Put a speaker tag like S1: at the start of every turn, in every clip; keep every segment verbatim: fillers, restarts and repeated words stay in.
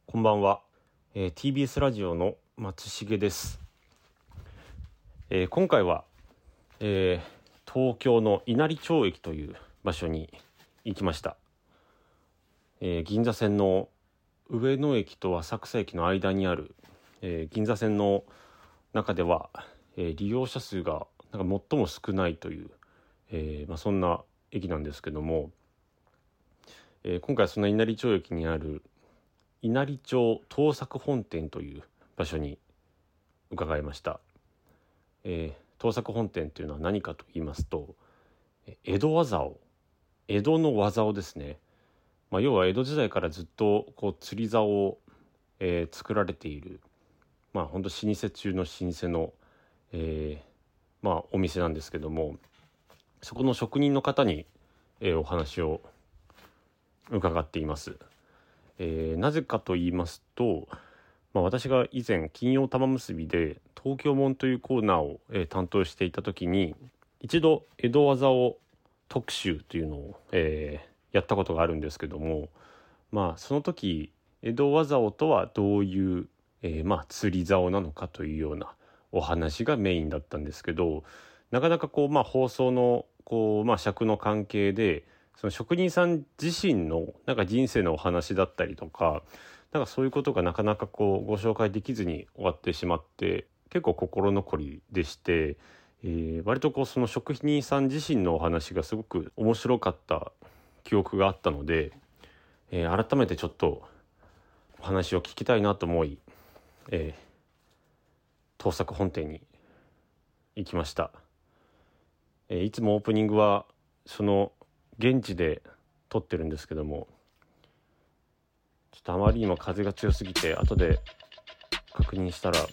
S1: こんばんは、えー、ティービーエス ラジオの松重です。えー、今回は、えー、東京の稲荷町駅という場所に行きました。えー、銀座線の上野駅と浅草駅の間にある、えー、銀座線の中では、えー、利用者数がなんか最も少ないという、えーまあ、そんな駅なんですけども、えー、今回その稲荷町駅にある稲荷町東作本店という場所に伺いました。えー、東作本店というのは何かと言いますと、江戸技を江戸の技をですね、まあ、要は江戸時代からずっとこう釣り竿を、えー、作られている、まあ本当老舗中の老舗の、えーまあ、お店なんですけども、そこの職人の方に、えー、お話を伺っています。えー、なぜかと言いますと、まあ、私が以前金曜玉結びで東京門というコーナーを、えー、担当していた時に一度江戸技を特集というのを、えー、やったことがあるんですけども、まあその時江戸技をとはどういう、えー、まあ釣り竿なのかというようなお話がメインだったんですけど、なかなかこう、まあ、放送のこう、まあ、尺の関係でその職人さん自身のなんか人生のお話だったりとか、なんかそういうことがなかなかこうご紹介できずに終わってしまって結構心残りでして、えー、割とこうその職人さん自身のお話がすごく面白かった記憶があったので、えー、改めてちょっとお話を聞きたいなと思い、えー、東作本店に行きました。えー、いつもオープニングはその現地で撮ってるんですけども、ちょっとあまりにも風が強すぎて後で確認したら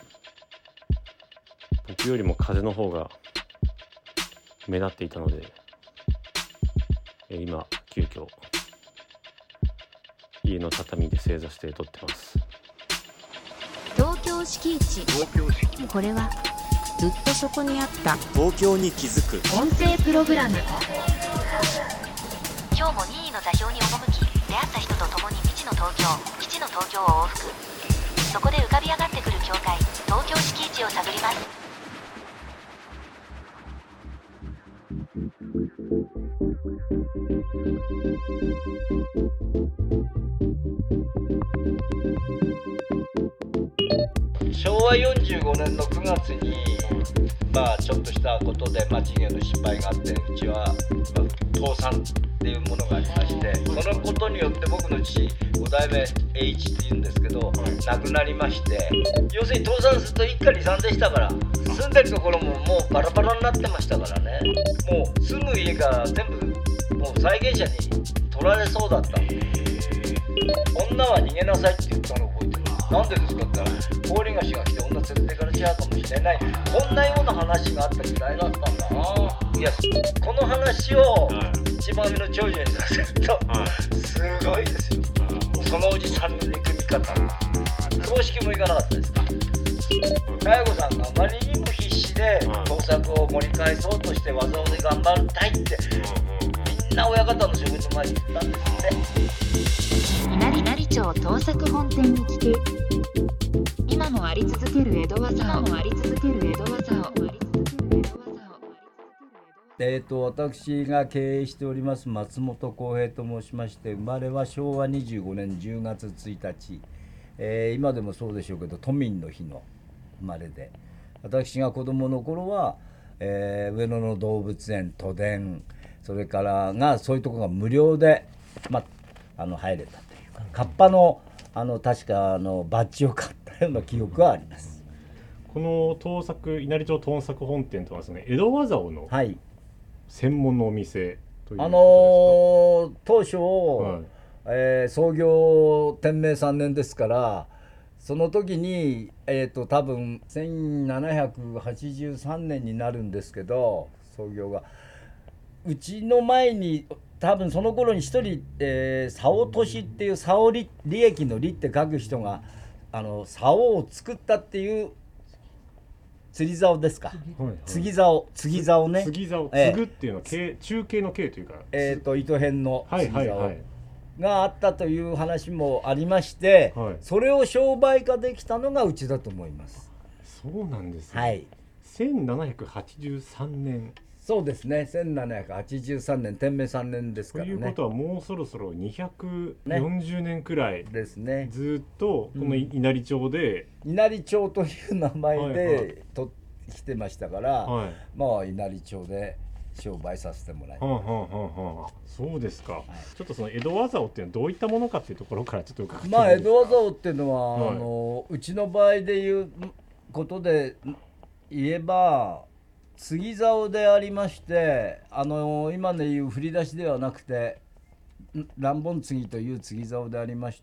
S1: 僕よりも風の方が目立っていたので、えー、今急遽家の畳で正座して撮ってます。
S2: 東京敷地、東京敷地これはずっとそこにあった
S3: 東京に気づく
S2: 音声プログラム。
S4: 今日も任意の座標に赴き、出会った人と共に未知の東京、基地の東京を往復。そこで浮かび上がってくる境界、東京敷地を探ります。
S5: しょうわよんじゅうごねんのくがつに、まあちょっとしたことで、まあ、事業の失敗があって、うちは、まあ、倒産っていうものがありまして、そのことによって僕の父ご代目栄一っていうんですけど、亡くなりまして、要するに倒産すると一家離散でしたから、住んでるところももうバラバラになってましたからね。もう住む家が全部もう債権者に取られそうだったんで、女は逃げなさいって言ったのを覚えてる。なんでですかって言ったら、高利貸しが来て女連れてからちゃうかもしれない、こんなような話があった時代だったんだな。いや、この話を一番上の長女にさせると、すごいですよ。そのおじさんの憎み方、葬式も行かなかったですか。妙子さんがあまりにも必死で工作を盛り返そうとして技をで頑張りたいって、みんな親方の仕事の前に言ったんですって。
S2: 稲荷町東作本店に来て、今もあり続ける江戸技を、今もあり続ける江戸技を、
S6: えーと、私が経営しております松本浩平と申しまして、生まれはしょうわにじゅうごねんじゅうがつついたち、えー、今でもそうでしょうけど都民の日の生まれで、私が子どもの頃は、えー、上野の動物園、都電、それからがそういうところが無料で、ま、あの入れたというか、カッパの、あの確かあのバッジを買ったような記憶はあります。
S1: この東作稲荷町東作本店とはですね、江戸和竿の専門のお店ということですか。
S6: あのー、当初、
S1: はい、
S6: えー、創業天明さんねんですから、その時に、えーと、多分せんななひゃくはちじゅうさんねんになるんですけど、創業がうちの前に多分その頃に一人、えー、竿年っていう竿利益の利って書く人があの竿を作ったっていう釣り竿ですか、はいはい、継ぎ竿継ぎ竿ね、
S1: 継ぎ竿、継ぐっていうのは、えー、中継の継というか、
S6: えーと糸編の継ぎ竿、はいはいはい、 があったという話もありまして、
S1: はい、
S6: それを商売化できたのがうちだと思います。
S1: そうなんですね、
S6: はい、せんななひゃくはちじゅうさんねん。 そうですね、せんななひゃくはちじゅうさんねん、天明さんねんですからね。
S1: ということはもうそろそろにひゃくよんじゅうねんくらい、ね、
S6: ですね。
S1: ずっとこの稲荷町で、
S6: うん、稲荷町という名前で、はいはい、と来てましたから、はい、まあ稲荷町で商売させてもらいます。はあはあ
S1: はあ、そうですか、はい、ちょっとその江戸和竿っていうのはどういったものかっていうところからちょっと伺ってもいいですか。
S6: まあ江戸和竿っていうのは、はい、あのうちの場合でいうことで言えば継ぎ竿でありまして、あの今でいう振り出しではなくて乱本継ぎという継ぎ竿でありまして、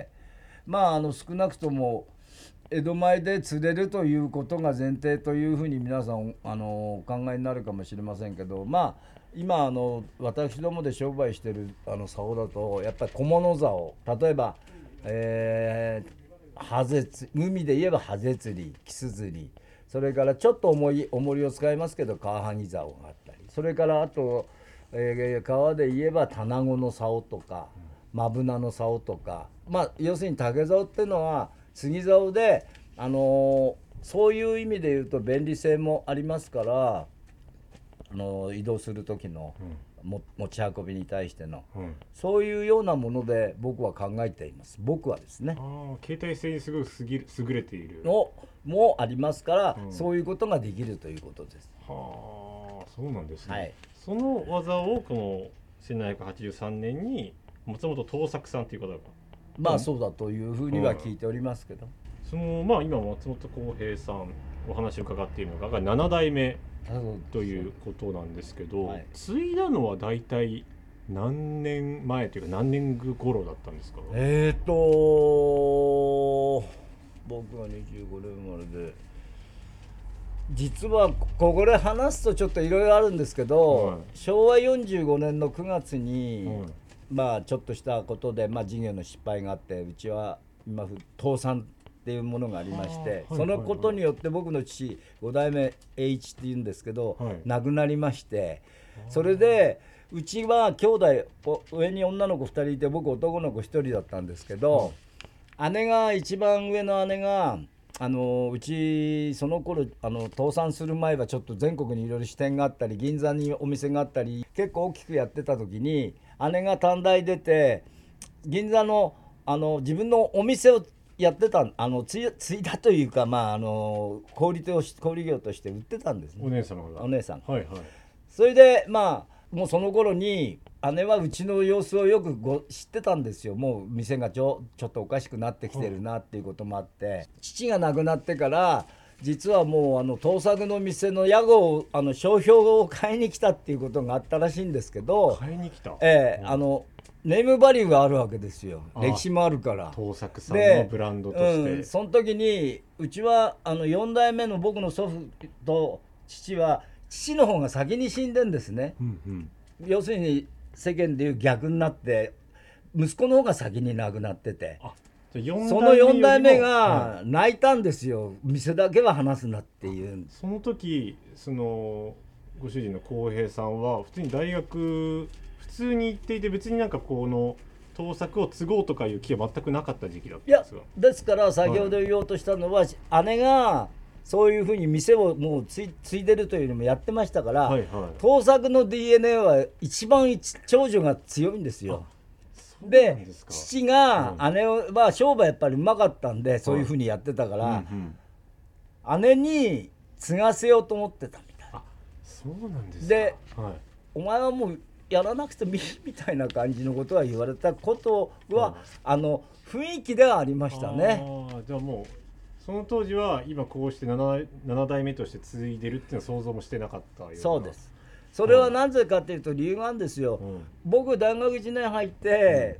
S6: まああの少なくとも江戸前で釣れるということが前提というふうに皆さんあのお考えになるかもしれませんけど、まあ今あの私どもで商売してるあの竿だとやっぱり小物竿、例えば、えー、ハゼ釣り、海で言えばハゼ釣り、キス釣り、それからちょっと重い重りを使いますけどカワハギ竿があったり、それからあと、えー、川で言えばタナゴの竿とかマブナの竿とか、まあ要するに竹竿っていうのは継ぎ竿で、あのー、そういう意味で言うと便利性もありますから、あのー、移動する時の、うん、も持ち運びに対しての、うん、そういうようなもので僕は考えています。僕はですね。
S1: あ、携帯性にすごく優れている
S6: のもありますから、うん、そういうことができるということです。
S1: はあ、そうなんですね、
S6: はい、
S1: その技をこのせんななひゃくはちじゅうさんねんに松本藤作さんという方が、
S6: まあそうだというふうには聞いておりますけど、
S1: そのまあ今松本幸平さんお話を伺っているのがななだいめということなんですけど、はい、継いだのは大体何年前というか何年頃だったんですか。
S6: えーと僕はにじゅうごねん生まれで、実はここで話すとちょっといろいろあるんですけど、はい、しょうわよんじゅうごねんのくがつに、はい、まあちょっとしたことで、まあ、事業の失敗があって、うちは今倒産っていうものがありまして、そのことによって僕の父ごだいめ栄一っていうんですけど、はい、亡くなりまして、それでうちは兄弟上に女の子ふたりいて僕男の子ひとりだったんですけど、はい、姉が一番上の姉があのうちその頃あの倒産する前はちょっと全国にいろいろ支店があったり銀座にお店があったり結構大きくやってた時に、姉が短大出て銀座のあの自分のお店をやってた、あのつい、ついだというか、まああの小売と小売業として売ってたんですね、
S1: お姉様が。
S6: お姉さん、
S1: はいはい、
S6: それでまあもうその頃に姉はうちの様子をよくご知ってたんですよ。もう店がちょ、ちょっとおかしくなってきてるなっていうこともあって、はい、父が亡くなってから実はもうあの盗作の店の屋号をあの商標を買いに来たっていうことがあったらしいんですけど、
S1: 買いに来た、
S6: ええ、あのネームバリューがあるわけですよ。歴史もあるから
S1: 盗作さんのブランドとして、
S6: うん、その時にうちはあのよんだいめの僕の祖父と父は父の方が先に死んでんですね、うんうん、要するに世間でいう逆になって息子の方が先に亡くなってて、そのよんだいめが泣いたんですよ、はい、店だけは話すなっていう。
S1: その時そのご主人の幸平さんは普通に大学普通に行っていて、別になんかこの盗作を継ごうとかいう気は全くなかった時期だったんですが。
S6: いやですから先ほど言おうとしたのは、はい、姉がそういうふうに店をもうつい継いでるというのもやってましたから、はいはい、盗作の ディーエヌエー は一番長女が強いんですよ。で父が姉は商売やっぱりうまかったんで、そういうふうにやってたから、はいうんうん、姉に継がせようと思ってたみたい。
S1: あ、そうなんですか。
S6: で、
S1: はい、
S6: お前はもうやらなくてもいいみたいな感じのことは言われたことは、はい、あの雰囲気ではありましたね。
S1: あ、じゃあもうその当時は今こうして 7, 7代目として継いでるっていうのは想像もしてなかったような。
S6: そうです。それはなぜかというと理由があるんですよ、うん、僕大学いちねん入って、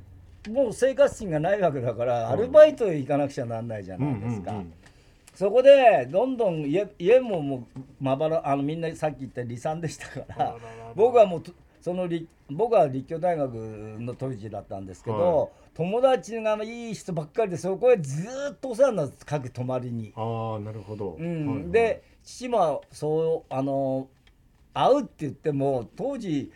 S6: うん、もう生活費がないわけだから、うん、アルバイトへ行かなくちゃならないじゃないですか、うんうんうん、そこでどんどん 家, 家ももうまばら、あのみんなさっき言った離散でしたから僕はもうその僕は立教大学の当時だったんですけど、はい、友達がいい人ばっかりでそこへずっとお世話になって各泊まりに。
S1: ああ、なるほど、
S6: うんはいはい、で父もそうあの会うって言っても当時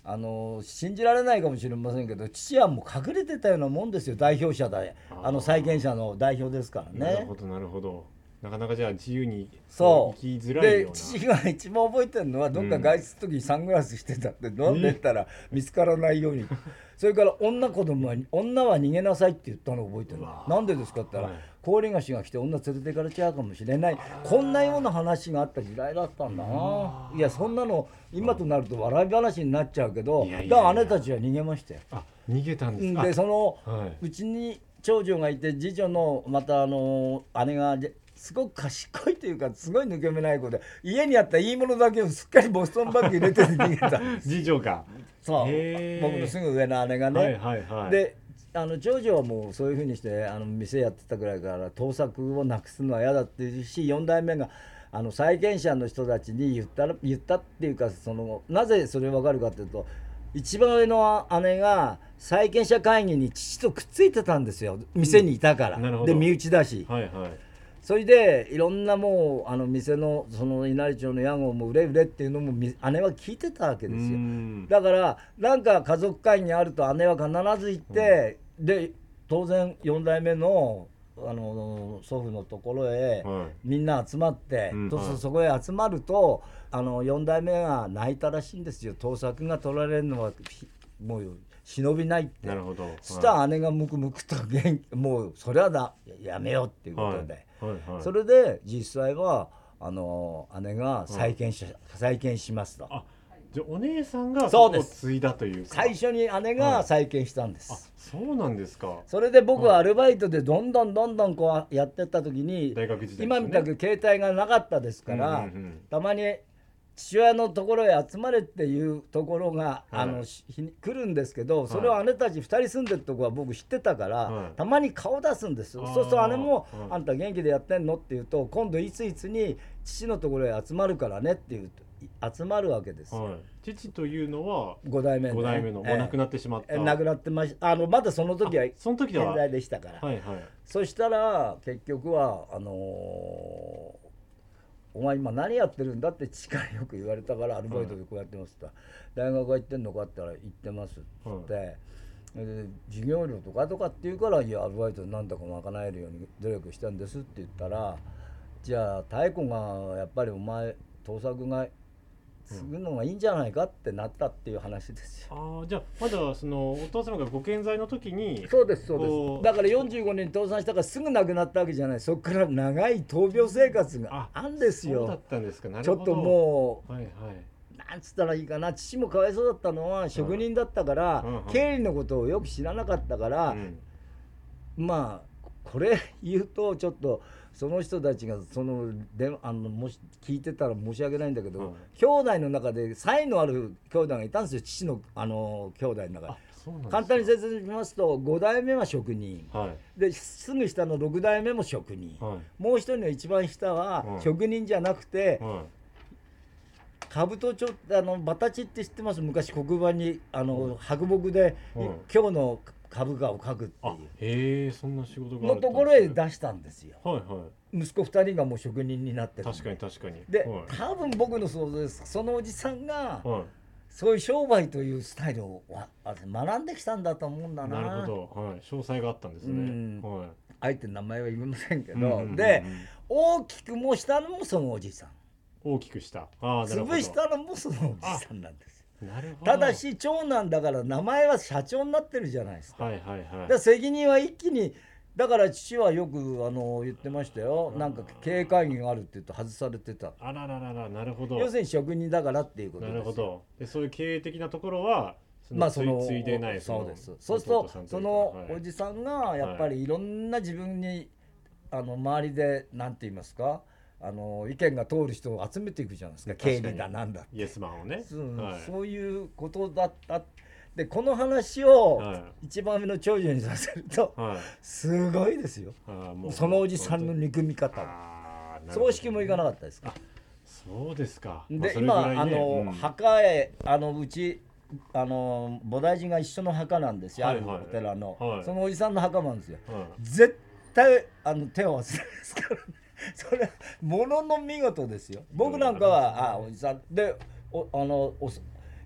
S6: あの信じられないかもしれませんけど、父はもう隠れてたようなもんですよ。代表者で、あの債権者の代表ですからね。
S1: なるほどなるほど。なかなかじゃあ自由に
S6: そう
S1: 生きづらいような。
S6: で父が一番覚えてるのは、どっか外出の時にサングラスしてたって、飲んでったら見つからないように、それから女子供は女は逃げなさいって言ったのを覚えてる。なんでですかって言ったら、高齢が来て女連れてかれちゃうかもしれない、こんなような話があった時代だったんだな。いやそんなの今となると笑い話になっちゃうけど、
S1: いやいやいや、
S6: だから姉たちは逃げましたよ。
S1: あ、逃げたんですか。
S6: でその、
S1: はい、
S6: うちに長女がいて、次女のまたあの姉がすごく賢いというか、すごい抜け目ない子で、家にあったいいものだけをすっかりボストンバッグ入れて逃げたんです
S1: 次女が。
S6: そう、僕のすぐ上の姉がね、
S1: はいはいはい、
S6: であの長女はもうそういうふうにしてあの店やってたぐらいから盗作をなくすのは嫌だっていうし、よん代目があの債権者の人たちに言ったら言ったっていうか、そのなぜそれ分かるかというと、一番上の姉が債権者会議に父とくっついてたんですよ、店にいたから、うん、で身内だし、
S1: はいはい、
S6: それでいろんなもうあの店のその稲荷町の屋号も売れ売れっていうのも姉は聞いてたわけですよ。だからなんか家族会議あると姉は必ず行って、うん、で当然よん代目のあの祖父のところへみんな集まって、うん、とそこへ集まるとあのよん代目が泣いたらしいんですよ。盗作が取られるのはもう忍びないって。
S1: なるほど。
S6: そしたら姉がムクムクと元気、もうそれはだやめようっていうことで、はいはいはい、それで実際はあの姉が再建し、はい、再建しますと。
S1: あ、じゃあお姉さんがそこを継いだというか。
S6: 最初に姉が再建したんです、はい、
S1: あ、そうなんですか。
S6: それで僕はアルバイトでどんどんどんどんこうやってった時に、
S1: 大学時代ですね、
S6: 今みたく携帯がなかったですから、うんうんうん、たまに父親のところへ集まれっていうところが、はい、あの来るんですけど、それを姉たちふたり住んでるとこは僕知ってたから、はい、たまに顔出すんです。そうすると姉も、はい、あんた元気でやってんのって言うと、今度いついつに父のところへ集まるからねって言うと集まるわけですよ、はい、
S1: 父というのは
S6: ご代目、ね、
S1: ご代目のもう亡くなってしまった、
S6: えー、亡くなってました。あのまだその時は
S1: その時は
S6: 健在でしたから、
S1: はいはい、
S6: そしたら結局はあのーお前今何やってるんだって父からよく言われたから、アルバイトでこうやってますって、はい、大学は行ってんのかって言ったら行ってますって、はい、で授業料とかとかって言うから、いやアルバイトで何だか賄えるように努力したんですって言ったら、じゃあ妙子がやっぱりお前盗作が継ぐのがいいんじゃないかってなったっていう話ですよ。
S1: ああ、じゃあまだそのお父様がご健在の時に。
S6: そうですそうです。だからよんじゅうごねんに倒産したからすぐ亡くなったわけじゃない。そこから長い闘病生活があるんですよ。
S1: そうだったんですか。なる
S6: ほど。ちょっともう、
S1: はいはい、
S6: なんつったらいいかな、父もかわいそうだったのは職人だったから、うんうん、経理のことをよく知らなかったから、うん、まあこれ言うとちょっとその人たちがそのであのもし聞いてたら申し訳ないんだけど、うん、兄弟の中で才のある兄弟がいたんですよ、父のあの兄弟の中で。簡単に説明しますと、ご代目は職人、はい、ですぐ下のろく代目も職人、はい、もう一人の一番下は職人じゃなくて、はい、兜町あのバタチって知ってます？昔黒板にあの白木で、はい、今日の株価を書くっていう、
S1: へえ、そんな仕事があるんですね、
S6: のところへ出したんですよ、
S1: はいはい、
S6: 息子ふたりがもう職人になってる。
S1: 確かに確かに。
S6: で、
S1: はい、
S6: 多分僕の想像です。そのおじさんが、
S1: はい、
S6: そういう商売というスタイルを学んできたんだと思うんだな。
S1: なるほど、はい、詳細があったんですね、うんはい、
S6: あえて名前は言いませんけど、うんうんうんうん、で大きくもしたのもそのおじさん、
S1: 大きくした、あ、なるほど、
S6: 潰したのもそのおじさんなんです。
S1: なるほど。
S6: ただし長男だから名前は社長になってるじゃないですか、
S1: はいはいはい、
S6: で責任は一気に、だから父はよくあの言ってましたよ、なんか経営会議があるって言うと外されてた。
S1: あらららら、なるほど。
S6: 要するに職人だからっていうことです。
S1: なるほど。でそういう経営的なところはその、
S6: まあ、その
S1: ついでない。
S6: そうです。そうするとそのおじさんがやっぱりいろんな自分にあの周りでなんて言いますか、あの意見が通る人を集めていくじゃないですか、経理だなんだって、
S1: イエスマンをね、
S6: うんはい、そういうことだった。でこの話を一番目の長女にさせると、はい、すごいですよ、あもうそのおじさんの憎み方は。葬式も行かなかったですか。
S1: そうですか。
S6: で、
S1: まあ、
S6: 今、
S1: ね、
S6: あの、うん、墓へあのうちあの菩提寺が一緒の墓なんですよ、はいはい、あるお寺の、はい、そのおじさんの墓もあるんですよ、はい、絶対あの手を合わせないですからねそれものの見事ですよ。僕なんかはあおじさんでおあのお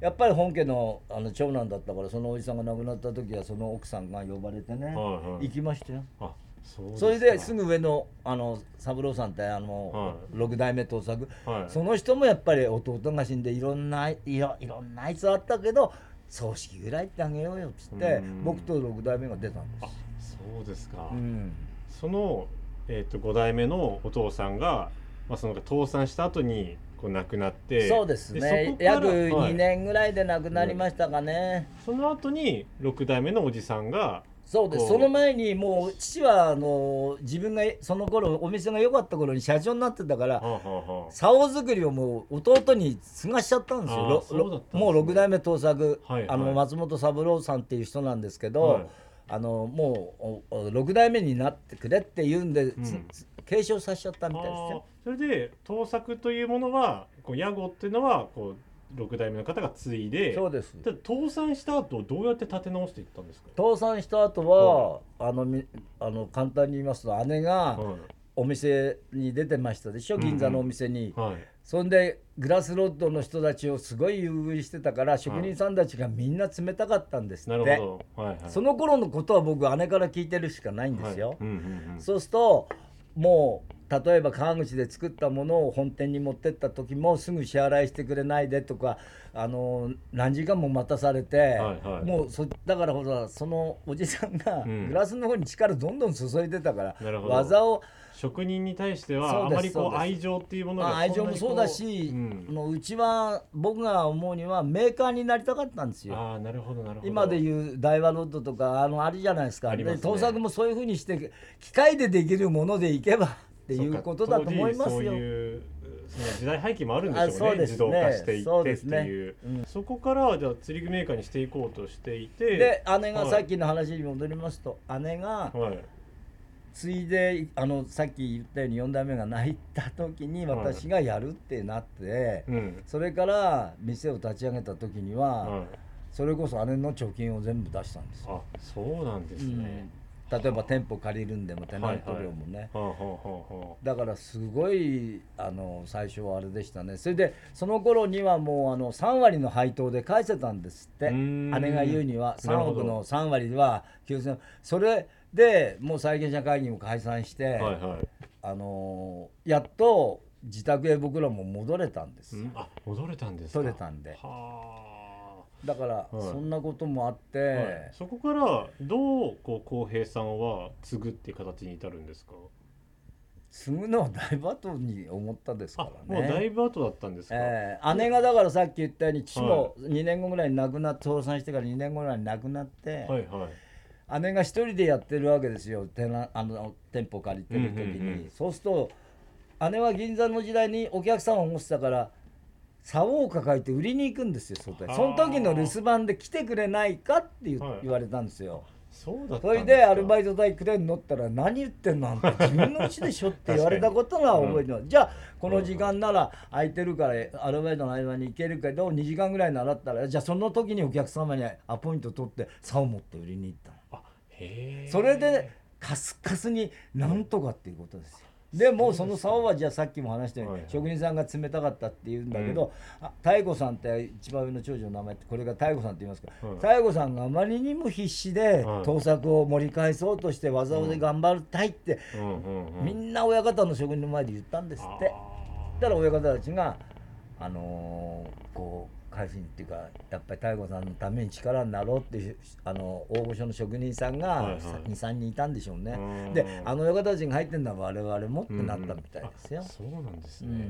S6: やっぱり本家のあの長男だったから、そのおじさんが亡くなった時はその奥さんが呼ばれてね、
S1: はいはい、
S6: 行きましたよ。
S1: あ、そうですか。
S6: それですぐ上のあの三郎さんってあの、はい、ろく代目盗作、はい、その人もやっぱり弟が死んでいろんないろいろんなあいつあったけど葬式ぐらいってあげようよっつって僕とろく代目が出たんです。
S1: あ、そうですか、
S6: うん、そ
S1: の、えー、とご代目のお父さんが、まあ、その倒産した後にこう亡くなって、
S6: そうですね、約にねんぐらいで亡くなりましたかね、
S1: うん、その後にろく代目のおじさんが、
S6: そうです。その前にもう父はあの自分がその頃お店が良かった頃に社長になってたから、竿作りをもう弟に継がしちゃったんですよ。すね、もうろく代目盗作、はいはい、あの松本三郎さんっていう人なんですけど、はい、あのもうろく代目になってくれって言うんで、うん、継承させちゃったみたいですよ。
S1: それで盗作というものはこう屋号っていうのはこうろく代目の方が継いで、
S6: そうです。
S1: 倒産した後どうやって立て直していったんですか？
S6: 倒産した後は、はい、あのあの簡単に言いますと姉がお店に出てましたでしょ、はい、銀座のお店に、うんうん、はい、そんでグラスロッドの人たちをすごい優遇してたから職人さんたちがみんな冷たかったんですって、はい、なるほど、はいはい、その頃のことは僕姉から聞いてるしかないんですよ、はい、うんうんうん、そうするともう例えば川口で作ったものを本店に持ってった時もすぐ支払いしてくれないでとか、あの何時間も待たされて、はいはい、もうそだからほらそのおじさんがグラスの方に力どんどん注いでたから、うん、技を
S1: 職人に対してはあまりこう愛情っていうものが、
S6: まあ、愛情もそうだし、うん、のうちは僕が思うにはメーカーになりたかったんですよ。
S1: あ、なるほどなるほど。
S6: 今でいうダイワロッドとかあのあるじゃないですか。で盗作もそういう風にして機械でできるものでいけばっていうことだと思いますよ。
S1: そういうその時代背景もあるんでしょうね。そうですね、自動化していってっていう、 そ, ね、うん、そこからじゃあ釣り具メーカーにしていこうとしていて、
S6: で姉がさっきの話に戻りますと、はい、姉が、はい、ついであのさっき言ったようによん代目が泣いた時に私がやるってなって、はいうん、それから店を立ち上げた時には、はい、それこそ姉の貯金を全部出したんですよ。
S1: あ、そうなんですね、
S6: うん、例えば店舗借りるんでもテナント料もね、だからすごいあの最初はあれでしたね。それでその頃にはもうあのさん割の配当で返せたんですって。姉が言うにはさんおくのさん割はきゅうせん、それでもう債権者会議も解散して、はいはい、あのやっと自宅へ僕らも戻れたんです。
S1: うん、あ、戻れたんですか。
S6: 取れたんで。はだから、はい、そんなこともあって、はい、
S1: そこからどうこう浩平さんは継ぐっていう形に至るんですか？
S6: 継ぐのは大バトに思ったですからね。
S1: あ、もう大バトだったんですか？
S6: えー、姉がだからさっき言ったように父もにねんごぐらいに亡くなって、倒産してからにねんごぐらいに亡くなって、はいはい、姉が一人でやってるわけですよ。テナあの店舗借りてる時に、うんうんうん、そうすると姉は銀座の時代にお客さんを持ってたから竿を抱えて売りに行くんですよ、外へ。その時の留守番で来てくれないかって言、はい、言われたんですよ。
S1: そうだったんですか。
S6: それでアルバイト代くれんのったら何言ってんのあんた自分の家でしょって言われたことが覚えてます、うん、じゃあこの時間なら空いてるからアルバイトの間に行けるけどにじかんぐらい習ったらじゃあその時にお客様にアポイント取って竿を持って売りに行ったの。あ、へー。それでカスカスになんとかっていうことですよ。でもその竿はじゃあさっきも話したように、はいはい、職人さんが冷たかったっていうんだけど、うん、あ妙子さんって一番上の長女の名前ってこれが妙子さんって言いますか、はい、妙子さんがあまりにも必死で盗作を盛り返そうとして技をで頑張りたいって、うんうんうん、みんな親方の職人の前で言ったんですって。だから親方たちがあのー、こう会心っていうかやっぱり妙子さんのために力になろうっていうあの大御所の職人さんがにさんにんいたんでしょうね、はいはい、であの親方たちが入ってるのは我々もってなったみたいですよ、うん、
S1: そうなんですね、うん、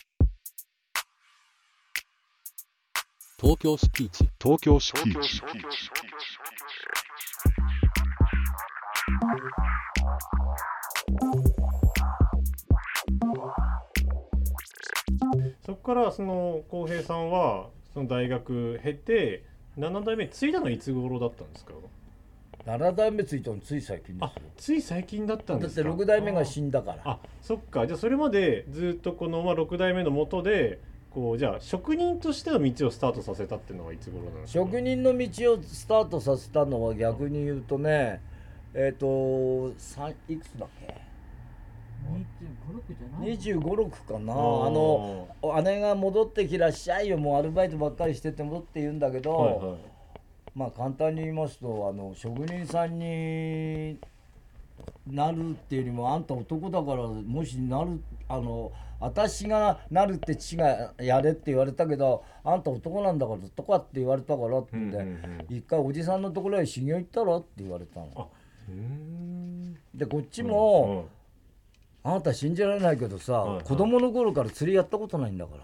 S3: 東京スピーチ東京スピーチ
S1: そこからその浩平さんはその大学経てなな代目継いだのはいつ頃だったんですか？
S6: なな代目継いだのつい最近ですよ。
S1: あ、つい最近だったんですか？
S6: だってろく代目が死んだから。
S1: あ、そっか。じゃあそれまでずっとこの、まあ、ろく代目の下でこうじゃあ職人としての道をスタートさせたっていうのはいつ頃なんですか？
S6: 職人の道をスタートさせたのは逆に言うとね、えっといくつだっけにじゅうご、ろくかな。あの姉が戻ってきらっしゃいよ、もうアルバイトばっかりしてて戻って言うんだけど、はいはい、まあ簡単に言いますと、あの職人さんになるっていうよりも、あんた男だからもしなる、あの私がなるって父がやれって言われたけど、あんた男なんだからとかって言われたからって言って、うんうんうん、一回おじさんのところへ修行行ったらって言われたの。あ、うーん、でこっちも、うんうん、あなた信じられないけどさ、はいはい、子供の頃から釣りやったことないんだから。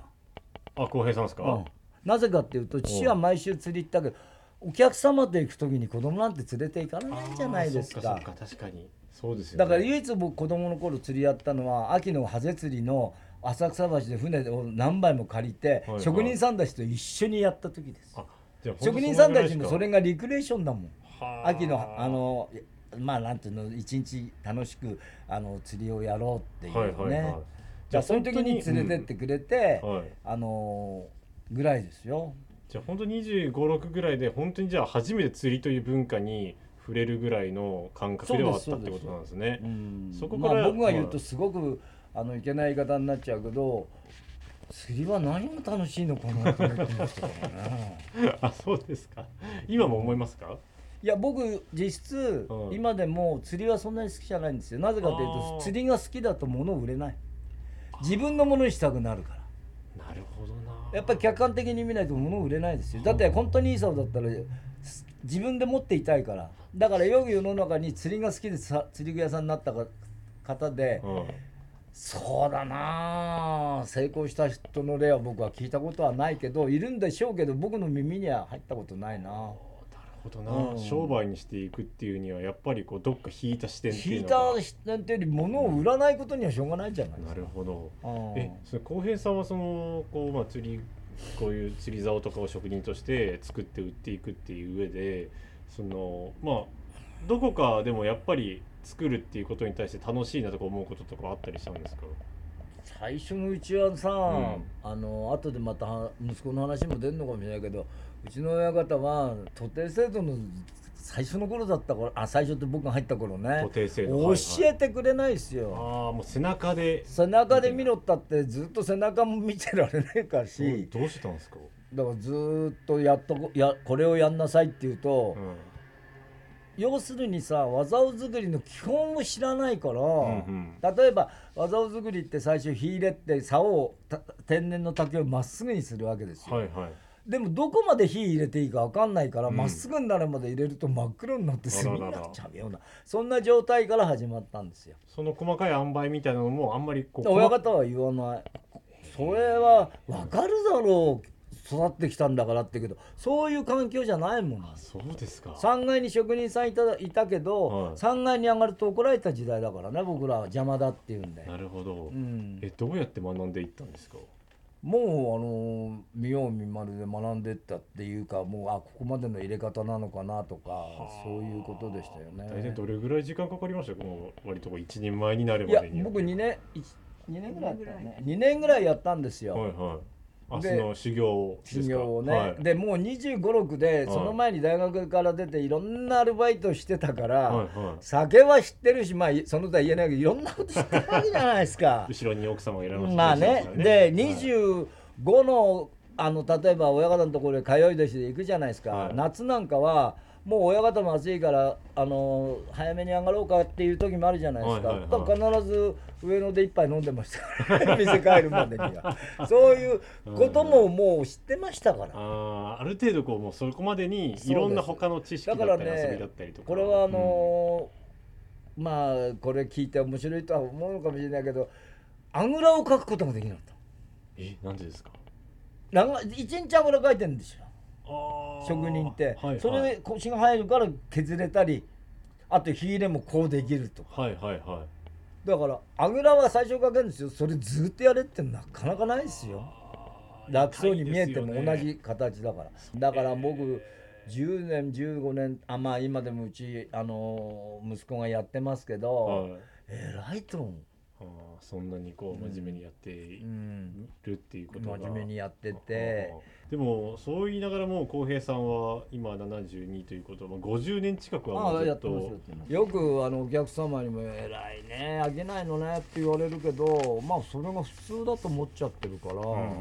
S1: あ、浩平さんですか、うん、
S6: なぜかっていうと、父は毎週釣り行ったけど、お客様と行く時に子供なんて連れて行かないじゃないですか。
S1: あ、そっかそっか、確かにそうですよね。
S6: だから唯一僕子供の頃釣りやったのは、秋のハゼ釣りの浅草橋で船を何杯も借りて、はいはい、職人さんたちと一緒にやった時です。あ、じゃあ職人さんたちもそれがリクレーションだもん。秋のあのまあなんていうの、一日楽しくあの釣りをやろうっていうね、はいはいはい、じゃあその時に連れてってくれて、うんはい、あのぐらいですよ。
S1: じゃあ本当ににじゅうご、ろくぐらいで本当にじゃあ初めて釣りという文化に触れるぐらいの感覚ではあったってことなんですね。そこから、まあ、
S6: 僕が言うとすごくあのいけない言い方になっちゃうけど、釣りは何が楽しいのかなと思ってましたからね。
S1: あ、そうですか。今も思いますか？
S6: いや僕実質、うん、今でも釣りはそんなに好きじゃないんですよ。なぜかというと、釣りが好きだと物を売れない、自分のものにしたくなるから。
S1: なるほどな。
S6: やっぱり客観的に見ないと物を売れないですよ。だって本当にいい竿だったら自分で持っていたいから。だからよく世の中に釣りが好きでさ釣り具屋さんになった方で、うん、そうだな、成功した人の例は僕は聞いたことはないけど、いるんでしょうけど僕の耳には入ったことないな。
S1: なるほどな、うん、商売にしていくっていうにはやっぱりこうどっか引いた視点っていう
S6: のが、引いた視点っていうより物を売らないことにはしょうがないじゃないですか。
S1: なるほど。え、それ浩平さんはそのこう、まあ、釣りこういう釣り竿とかを職人として作って売っていくっていう上で、そのまあどこかでもやっぱり作るっていうことに対して楽しいなとか思うこととかあったりしたんですか？
S6: 最初のうちはさ、うん、あの後でまた息子の話も出るのかもしれないけど、うちの親方は徒弟制度の最初の頃だったから、あ、最初って僕が入った頃ね、
S1: 徒弟制度
S6: 教えてくれないですよ。
S1: ああ、もう背中で
S6: 背中で見ろったってずっと背中も見てられないからし、
S1: どうしたんですか？
S6: だからずっとやっとこやこれをやんなさいって言うと、うん、要するにさ、技を作りの基本を知らないから、うんうん、例えば技を作りって最初火入れって竿を天然の竹をまっすぐにするわけですよ、はいはい、でもどこまで火入れていいか分かんないから、ま、うん、っすぐになるまで入れると真っ黒になって炭になっちゃうような、そんな状態から始まったんですよ。
S1: その細かい塩梅みたいなのもあんまりこう
S6: 親方は言わない。それは分かるだろう、育ってきたんだからってけど、そういう環境じゃないもん。
S1: あ、そうですか。
S6: さんがいに職人さんい た, いたけど、はい、さんがいに上がると怒られた時代だからね、僕らは邪魔だっていうんで。
S1: なるほど、うん、えどうやって学んでいったんですか？
S6: もうあの見よう見まねで学んでったっていうか、もうあここまでの入れ方なのかなとか、そういうことでしたよね。
S1: 大体どれぐらい時間かかりましたか？この割と一人前になるまでに。
S6: いや僕にねんにねんぐらいやったね。にねんぐらいやったんですよ。
S1: はいはい。あ、その修行ですか？
S6: 修行をね、はい、でもうにじゅうご、ろくで、はい、その前に大学から出ていろんなアルバイトしてたから、はいはい、酒は知ってるし、まあそのとは言えないけどいろんなこと知ってるわけじゃないですか。
S1: 後ろに奥様がいらっしゃる、ね、
S6: まあね、でにじゅうごの、あの例えば親方のところで通い年で行くじゃないですか、はい、夏なんかはもう親方も暑いからあの早めに上がろうかっていう時もあるじゃないですか、はいはいはい、だから必ず上野で一杯飲んでましたから店帰るまでにはそういうことももう知ってましたから、
S1: あある程度こうもうそこまでにいろんな他の知識だったり遊びだったりとか、
S6: これはあのーうん、まあこれ聞いて面白いとは思うのかもしれないけど、あぐらをかくことができなかった。
S1: え、なんでですか？
S6: 長一日あぐらかいてるんですよ、職人って、はいはい、それで腰が入るから削れたり、あと火入れもこうできるとか、
S1: はいはいはい、
S6: だからあぐらは最初かけるんですよ。それずっとやれってなかなかないですよ。楽そうに見えても同じ形だから、だから僕じゅうねんじゅうごねん、あまあ今でもうちあの息子がやってますけど、はい、偉いと思う。
S1: あそんなにこう真面目にやっているっていうことが、
S6: 真面目にやってて、
S1: でもそう言いながらも浩平さんは今ななじゅうにということはごじゅうねん近くはもうずっと
S6: よくあのお客様にも偉いねあげないのねって言われるけど、まあそれが普通だと思っちゃってるから、うんうんうんうん、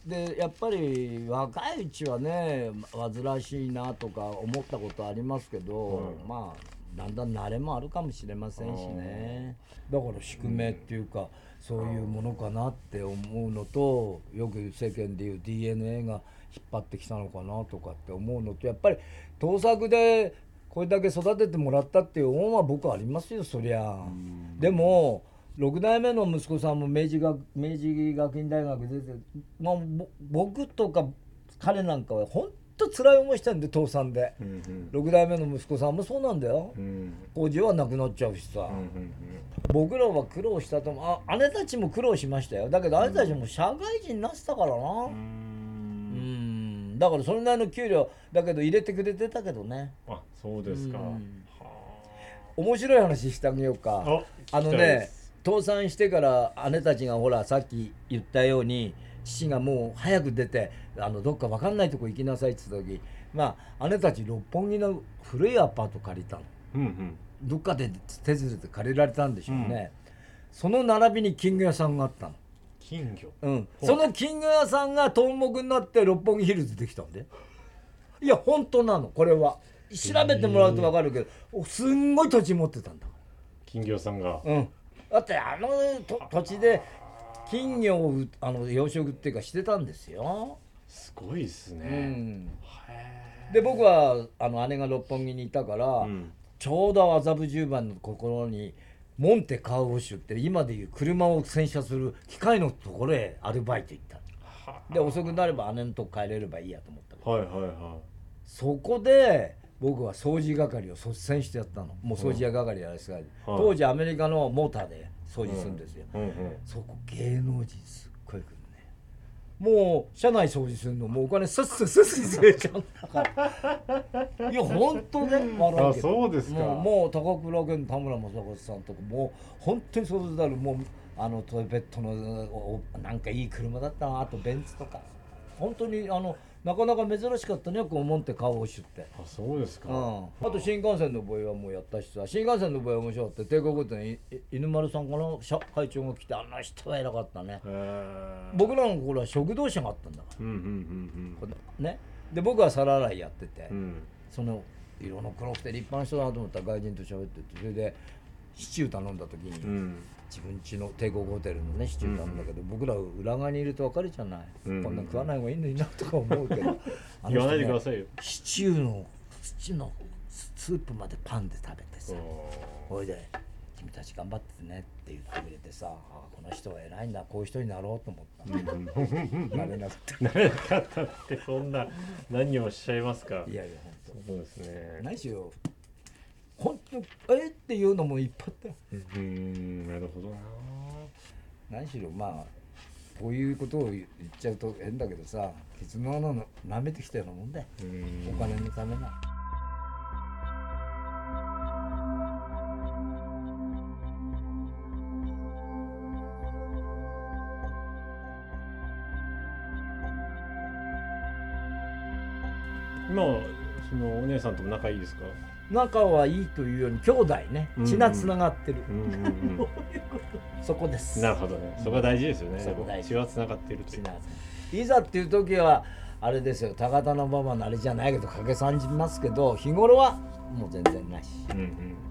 S6: でやっぱり若いうちはね煩わしいなとか思ったことありますけど、うん、まあだんだん慣れもあるかもしれませんしね。だから宿命っていうか、うん、そういうものかなって思うのと、よく世間でいう ディーエヌエー が引っ張ってきたのかなとかって思うのと、やっぱり盗作でこれだけ育ててもらったっていう恩は僕はありますよ、そりゃ、うん、でもろく代目の息子さんも明治学明治学院大学出て、まあ、僕とか彼なんかは本当辛い思いしたんで倒産で、うんうん、ろく代目の息子さんもそうなんだよ、うん、工事はなくなっちゃうしさ、うんうんうん、僕らは苦労したと思う。あ姉たちも苦労しましたよ。だけど姉たちも社会人になってたからな、うん、うんだからそれなりの給料だけど入れてくれてたけどね。
S1: あそうですか、うん、は
S6: 面白い話してあげようか。 あ, あのね倒産してから姉たちがほらさっき言ったように父がもう早く出てあのどっか分かんないとこ行きなさいって言った時、まあ姉たち六本木の古いアパート借りたの、うんうん、どっかで手ずれて借りられたんでしょうね、うん、その並びに金魚屋さんがあったの。
S1: 金魚、
S6: うん、その金魚屋さんが東木になって六本木ヒルズできたんで、いや本当なのこれは調べてもらうと分かるけど、すんごい土地持ってたんだから
S1: 金魚屋さんが、
S6: うん、だってあの土地で金魚をあの養殖っていうかしてたんですよ。
S1: すごいですね、うん、
S6: で僕はあの姉が六本木にいたから、うん、ちょうど麻布十番のところにモンテカーウォッシュって今でいう車を洗車する機械のところへアルバイト行った。で遅くなれば姉のとこ帰れればいいやと思ったけど、
S1: はいはいはい、
S6: そこで僕は掃除係を率先してやったの。もう掃除屋係やらせて、はい、当時アメリカのモーターで掃除するんですよ、うんうんうん、そこ芸能人すっごい来るね。もう車内掃除するのもうお金すっすっすっすれちゃうんだからいや本当ね笑うけど。
S1: あそうですか。
S6: もう、もう高倉健田村正和さんとかもう本当にそうだる。もうあのトイペットのなんかいい車だったな。あとベンツとか本当にあのなかなか珍しかったね、こうモンテカーウォッシュって。
S1: あそうですか、
S6: うん、あと新幹線の場合はもうやったしさ、新幹線の場合は面白かった。帝国ホテルに犬丸さんかな会長が来て、あの人は偉かったね。僕らの頃は食堂車があったんだから、うんうんうんうん、ね。で僕は皿洗いやってて、うん、その色の黒くて立派な人だなと思ったら外人と喋ってて、それでシチュー頼んだ時に、うん、自分家の帝国ホテルのねシチュー頼んだけど、うん、僕ら裏側にいると分かるじゃない、うん、こんな食わない方がいいのになとか思うけど、ね、
S1: 言わないでくださいよ。
S6: シチューの土のスープまでパンで食べてさ、おいで君たち頑張ってねって言ってくれてさ、あこの人は偉いんだ、こういう人になろうと思った。なれなくて
S1: なれなかったってそんな何をおっしゃいますか。
S6: いやいや本当
S1: そうですね。
S6: 何しよう本当えっていうのもいっぱいあった。
S1: うーんなるほどな。
S6: 何しろまあこういうことを言っちゃうと変だけどさ、ケツの穴の舐めてきたようなもんだよ、お金のためな。
S1: 今はそのお姉さんとも仲いいですか？
S6: 仲はいいというより兄弟ね、血がつながってる、うんうん、そこです。
S1: なるほどね、そこは大事ですよね、うん、血はつながっているという。
S6: いざっていう時はあれですよ、高田の馬場のあれじゃないけど掛け算じますけど、日頃はもう全然ないし、うんうん